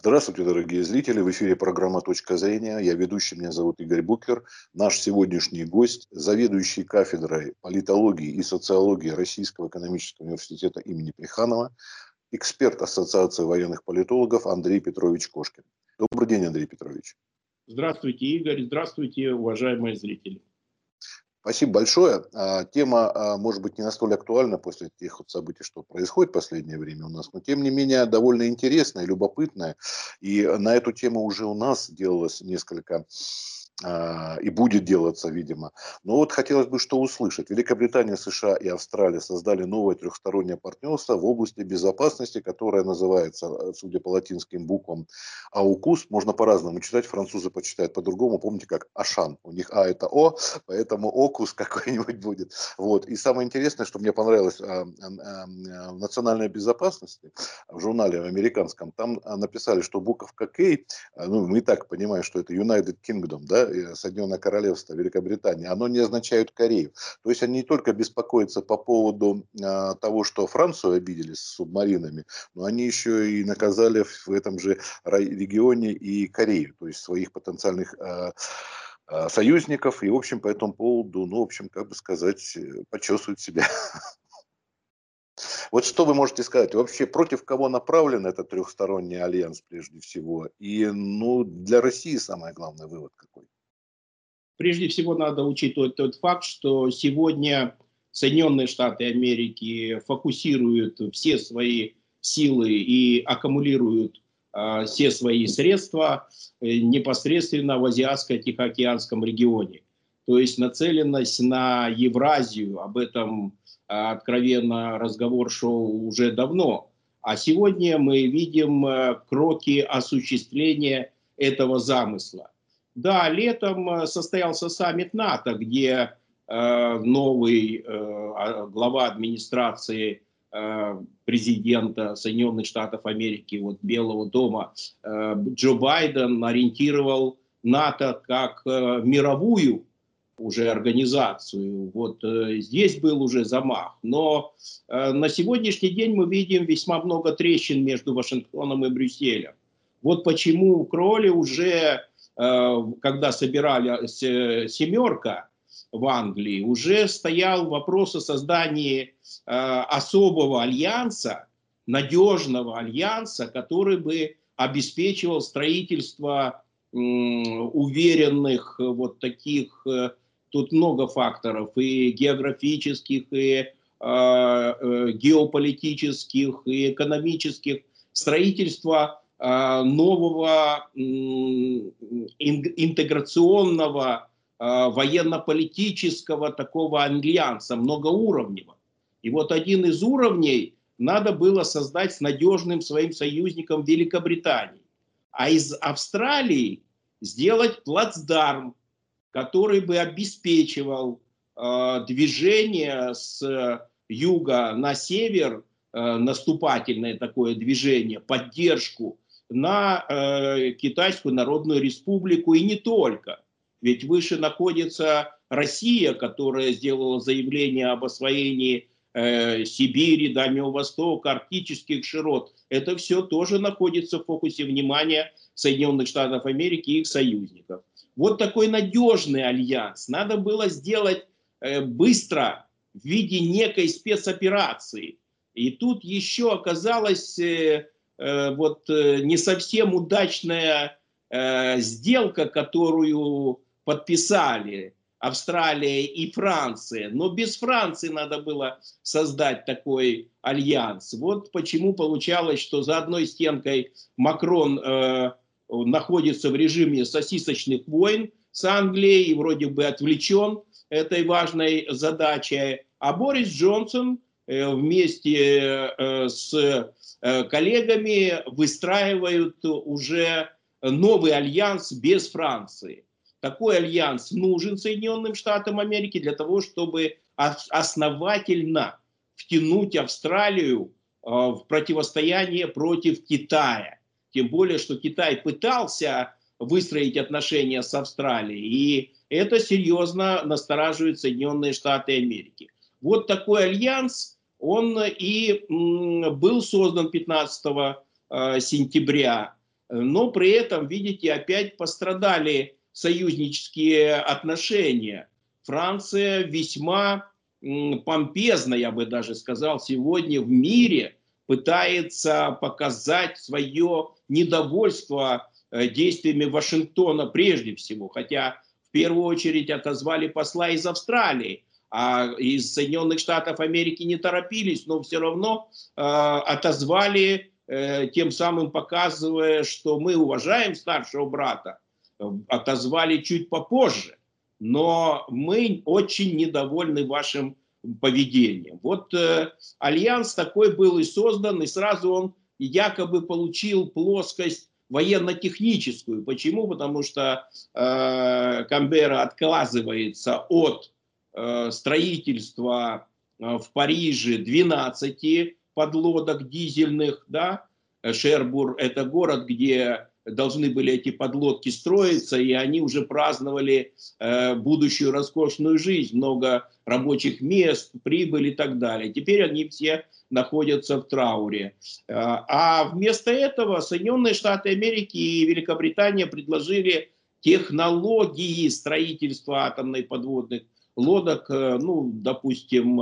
Здравствуйте, дорогие зрители! В эфире программа «Точка зрения». Я ведущий, меня зовут Игорь Букер. Наш сегодняшний гость – заведующий кафедрой политологии и социологии Российского экономического университета имени Плеханова, эксперт Ассоциации военных политологов Андрей Петрович Кошкин. Добрый день, Андрей Петрович. Здравствуйте, Игорь. Здравствуйте, уважаемые зрители. Спасибо большое. Тема, может быть, не настолько актуальна после тех вот событий, что происходит в последнее время у нас, но тем не менее довольно интересная, любопытная. И на эту тему уже у нас делалось несколько и будет делаться, видимо. Но вот хотелось бы что услышать. Великобритания, США и Австралия создали новое трехстороннее партнерство в области безопасности, которое называется, судя по латинским буквам, АУКУС. Можно по-разному читать, французы почитают по-другому. Помните, как Ашан? У них А это О, поэтому ОКУС какой-нибудь будет. Вот. И самое интересное, что мне понравилось в национальной безопасности, в журнале американском, там написали, что буковка К, ну, мы и так понимаем, что это United Kingdom, да, Соединенное Королевство, Великобритания, оно не означает Корею. То есть они не только беспокоятся по поводу того, что Францию обидели с субмаринами, но они еще и наказали в этом же регионе и Корею, то есть своих потенциальных союзников, и, в общем, по этому поводу, ну, в общем, как бы сказать, почесывают себя. Вот что вы можете сказать? Вообще, против кого направлен этот трехсторонний альянс прежде всего? И, ну, для России самый главный вывод какой? Прежде всего надо учитывать тот факт, что сегодня Соединенные Штаты Америки фокусируют все свои силы и аккумулируют все свои средства непосредственно в Азиатско-Тихоокеанском регионе. То есть нацеленность на Евразию, об этом откровенно разговор шел уже давно. А сегодня мы видим кроки осуществления этого замысла. Да, летом состоялся саммит НАТО, где новый глава администрации президента Соединенных Штатов Америки, вот Белого дома, Джо Байден ориентировал НАТО как мировую уже организацию. Вот здесь был уже замах. Но на сегодняшний день мы видим весьма много трещин между Вашингтоном и Брюсселем. Вот почему в Кроле уже, когда собирались семерка в Англии, уже стоял вопрос о создании особого альянса, надежного альянса, который бы обеспечивал строительство уверенных вот таких, тут много факторов, и географических, и геополитических, и экономических, строительства нового интеграционного военно-политического такого альянса, многоуровневого. И вот один из уровней надо было создать с надежным своим союзником Великобританией. А из Австралии сделать плацдарм, который бы обеспечивал движение с юга на север, наступательное такое движение, поддержку на Китайскую Народную Республику и не только. Ведь выше находится Россия, которая сделала заявление об освоении Сибири, Дальнего Востока, арктических широт. Это все тоже находится в фокусе внимания Соединенных Штатов Америки и их союзников. Вот такой надежный альянс надо было сделать быстро в виде некой спецоперации. И тут еще оказалась вот не совсем удачная сделка, которую подписали Австралия и Франция. Но без Франции надо было создать такой альянс. Вот почему получалось, что за одной стенкой Макрон находится в режиме сосисочных войн с Англией и вроде бы отвлечен этой важной задачей. А Борис Джонсон вместе с коллегами выстраивают уже новый альянс без Франции. Такой альянс нужен Соединенным Штатам Америки для того, чтобы основательно втянуть Австралию в противостояние против Китая. Тем более, что Китай пытался выстроить отношения с Австралией, и это серьезно настораживает Соединенные Штаты Америки. Вот такой альянс, он и был создан 15 сентября но при этом, видите, опять пострадали союзнические отношения. Франция весьма помпезно, я бы даже сказал, сегодня в мире пытается показать свое недовольство действиями Вашингтона прежде всего, хотя в первую очередь отозвали посла из Австралии, а из Соединенных Штатов Америки не торопились, но все равно отозвали, тем самым показывая, что мы уважаем старшего брата, отозвали чуть попозже, но мы очень недовольны вашим поведением. Вот альянс такой был и создан, и сразу он якобы получил плоскость военно-техническую. Почему? Потому что Канберра отказывается от строительства в Париже 12 подлодок дизельных, да, Шербур – это город, где должны были эти подлодки строиться, и они уже праздновали будущую роскошную жизнь, много рабочих мест, прибыль и так далее. Теперь они все находятся в трауре. А вместо этого Соединенные Штаты Америки и Великобритания предложили технологии строительства атомных подводных лодок, ну, допустим,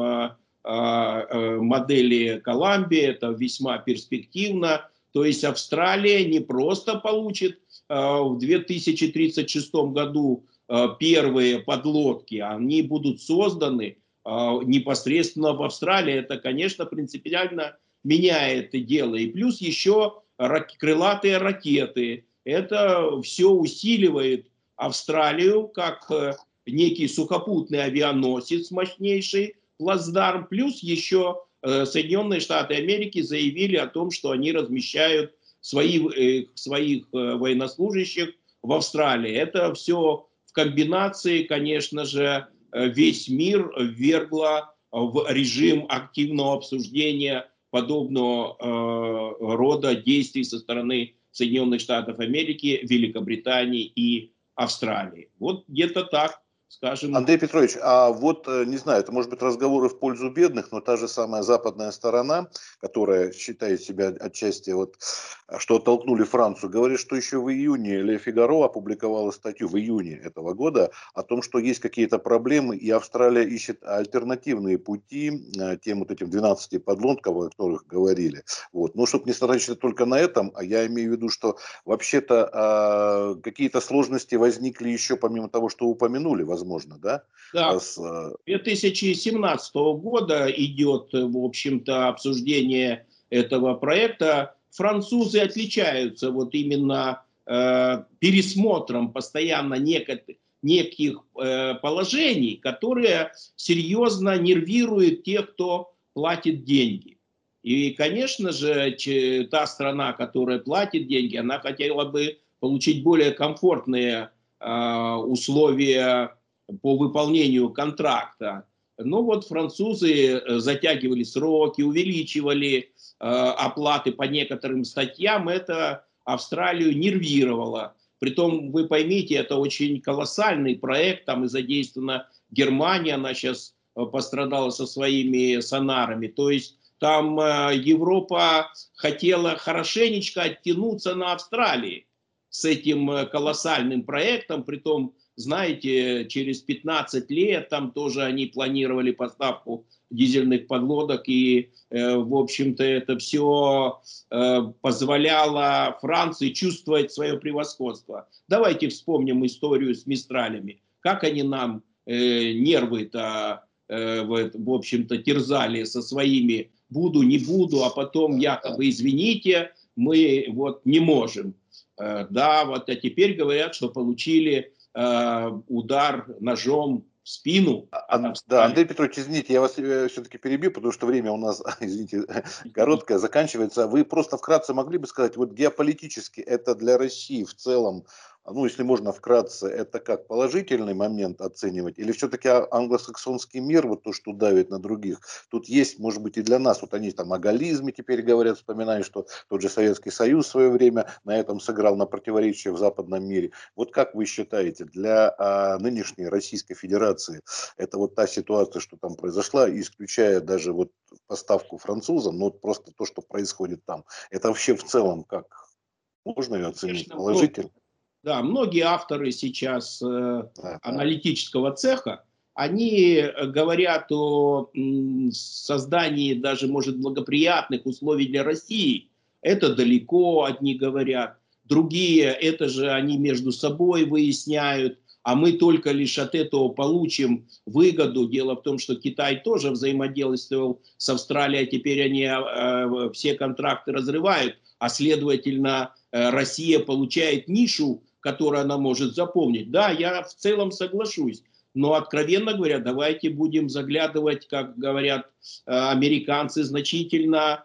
модели Колумбия, это весьма перспективно. То есть Австралия не просто получит в 2036 году первые подлодки, они будут созданы непосредственно в Австралии. Это, конечно, принципиально меняет дело. И плюс еще крылатые ракеты. Это все усиливает Австралию как некий сухопутный авианосец мощнейший, плацдарм, плюс еще Соединенные Штаты Америки заявили о том, что они размещают своих военнослужащих в Австралии. Это все в комбинации, конечно же, весь мир ввергло в режим активного обсуждения подобного рода действий со стороны Соединенных Штатов Америки, Великобритании и Австралии. Вот где-то так, скажем. Андрей Петрович, а вот, не знаю, это может быть разговоры в пользу бедных, но та же самая западная сторона, которая считает себя отчасти, вот, что оттолкнули Францию, говорит, что еще в июне Ле Фигаро опубликовала статью в июне этого года о том, что есть какие-то проблемы, и Австралия ищет альтернативные пути тем вот этим 12 подлодкам, о которых говорили. Вот. Но чтобы не сосредоточиться только на этом, а я имею в виду, что вообще-то какие-то сложности возникли еще помимо того, что упомянули, возможно, да? Да, 2017 года идет, в общем-то, обсуждение этого проекта. Французы отличаются вот именно пересмотром постоянно неких положений, которые серьезно нервируют тех, кто платит деньги. И, конечно же, та страна, которая платит деньги, она хотела бы получить более комфортные условия по выполнению контракта. Но вот французы затягивали сроки, увеличивали оплаты по некоторым статьям. Это Австралию нервировало. Притом, вы поймите, это очень колоссальный проект. Там и задействована Германия, она сейчас пострадала со своими сонарами. То есть там Европа хотела хорошенечко оттянуться на Австралии с этим колоссальным проектом. Притом, знаете, через 15 лет там тоже они планировали поставку дизельных подлодок, и, в общем-то, это все позволяло Франции чувствовать свое превосходство. Давайте вспомним историю с Мистралями. Как они нам нервы-то, в общем-то, терзали со своими «буду, не буду», а потом якобы «извините, мы вот не можем». Да, вот, а теперь говорят, что получили удар ножом в спину от Да, Австралии. Андрей Петрович, извините, я вас все-таки перебью, потому что время у нас, извините, короткое, заканчивается. Вы просто вкратце могли бы сказать, вот геополитически это для России в целом, ну, если можно вкратце, это как положительный момент оценивать, или все-таки англосаксонский мир, вот то, что давит на других, тут есть, может быть, и для нас, вот они там о галлизме теперь говорят, вспоминают, что тот же Советский Союз в свое время на этом сыграл, на противоречие в западном мире. Вот как вы считаете, для нынешней Российской Федерации это вот та ситуация, что там произошла, исключая даже вот поставку французам, но вот просто то, что происходит там, это вообще в целом как? Можно ее оценить Конечно, положительно? да, многие авторы сейчас Да. аналитического цеха, они говорят о создании даже, может, благоприятных условий для России. Это далеко, одни говорят. Другие, это же они между собой выясняют, а мы только лишь от этого получим выгоду. Дело в том, что Китай тоже взаимодействовал с Австралией, а теперь они все контракты разрывают, а следовательно Россия получает нишу, которую она может заполнить. Да, я в целом соглашусь. Но, откровенно говоря, давайте будем заглядывать, как говорят американцы, значительно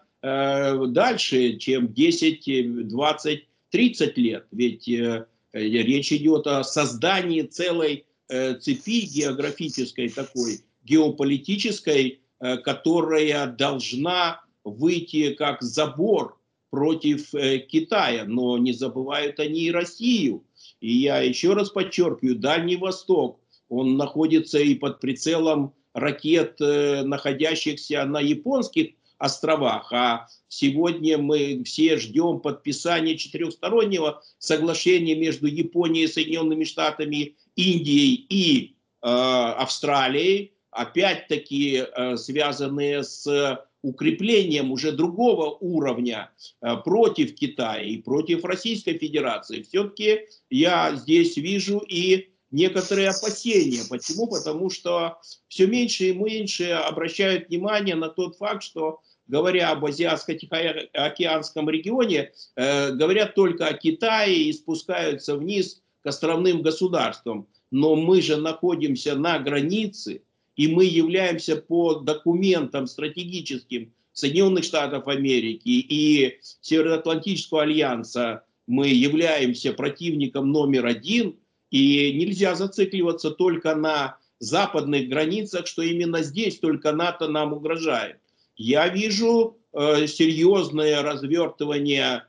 дальше, чем 10, 20, 30 лет. Ведь речь идет о создании целой цепи географической такой, геополитической, которая должна выйти как забор против Китая. Но не забывают они и Россию. И я еще раз подчеркиваю, Дальний Восток, он находится и под прицелом ракет, находящихся на японских островах. А сегодня мы все ждем подписания четырехстороннего соглашения между Японией, Соединенными Штатами, Индией и Австралией, опять-таки связанные с укреплением уже другого уровня против Китая и против Российской Федерации. Все-таки я здесь вижу и некоторые опасения. Почему? Потому что все меньше и меньше обращают внимание на тот факт, что, говоря об Азиатско-Тихоокеанском регионе, говорят только о Китае и спускаются вниз к островным государствам. Но мы же находимся на границе, и мы являемся по документам стратегическим Соединенных Штатов Америки и Североатлантического альянса, мы являемся противником номер один, и нельзя зацикливаться только на западных границах, что именно здесь только НАТО нам угрожает. Я вижу серьезное развертывание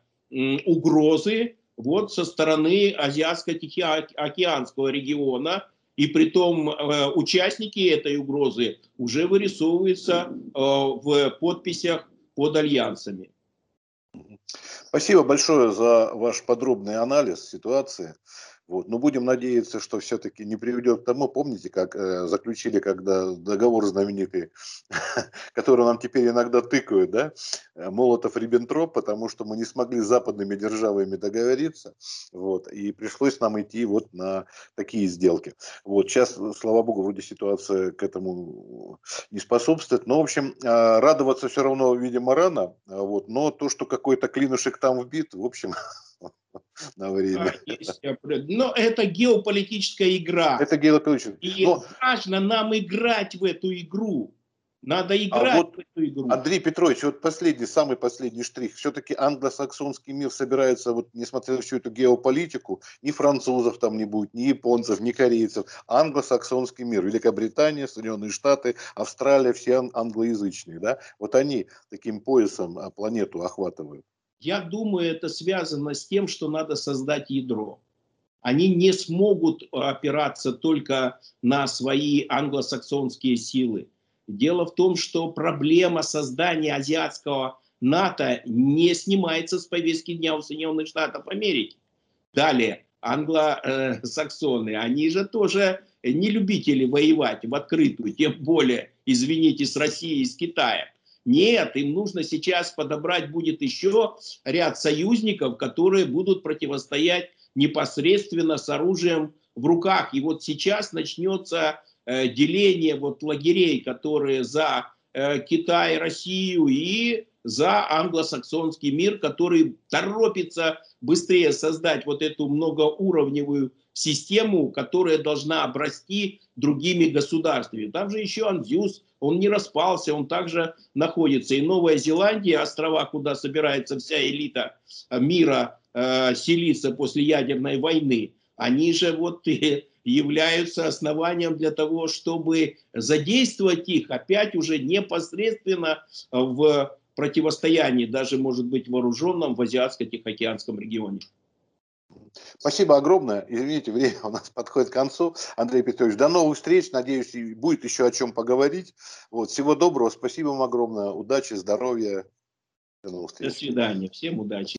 угрозы вот со стороны Азиатско-Тихоокеанского региона, и притом участники этой угрозы уже вырисовываются в подписях под альянсами. Спасибо большое за ваш подробный анализ ситуации. Вот. Но будем надеяться, что все-таки не приведет к тому, помните, как заключили, когда договор знаменитый, который нам теперь иногда тыкают, да, Молотов-Риббентроп, потому что мы не смогли с западными державами договориться, вот, и пришлось нам идти вот на такие сделки. Вот, сейчас, слава богу, вроде ситуация к этому не способствует, но, в общем, радоваться все равно, видимо, рано, вот, но то, что какой-то клинушек там вбит, в общем, на время. Но это геополитическая игра. Это геополитическая. И важно нам играть в эту игру. Надо А играть вот, в эту игру. Андрей Петрович, вот последний, самый последний штрих. Все-таки англосаксонский мир собирается, вот, несмотря на всю эту геополитику, ни французов там не будет, ни японцев, ни корейцев. Англосаксонский мир. Великобритания, Соединенные Штаты, Австралия, все англоязычные. Да? Вот они таким поясом планету охватывают. Я думаю, это связано с тем, что надо создать ядро. Они не смогут опираться только на свои англосаксонские силы. Дело в том, что проблема создания азиатского НАТО не снимается с повестки дня у Соединенных Штатов Америки. Далее, англосаксоны, они же тоже не любители воевать в открытую, тем более, извините, с Россией и с Китаем. Нет, им нужно сейчас подобрать будет еще ряд союзников, которые будут противостоять непосредственно с оружием в руках. И вот сейчас начнется деление вот лагерей, которые за Китай, Россию и за англосаксонский мир, который торопится быстрее создать вот эту многоуровневую систему, которая должна обрасти другими государствами. Там же еще Андзюс, он не распался, он также находится. И Новая Зеландия, острова, куда собирается вся элита мира селиться после ядерной войны, они же вот и являются основанием для того, чтобы задействовать их опять уже непосредственно в противостоянии, даже, может быть, вооруженном в Азиатско-Тихоокеанском регионе. Спасибо огромное. Извините, время у нас подходит к концу. Андрей Петрович, до новых встреч. Надеюсь, будет еще о чем поговорить. Вот. Всего доброго. Спасибо вам огромное. Удачи, здоровья. До новых встреч. До свидания. Всем удачи.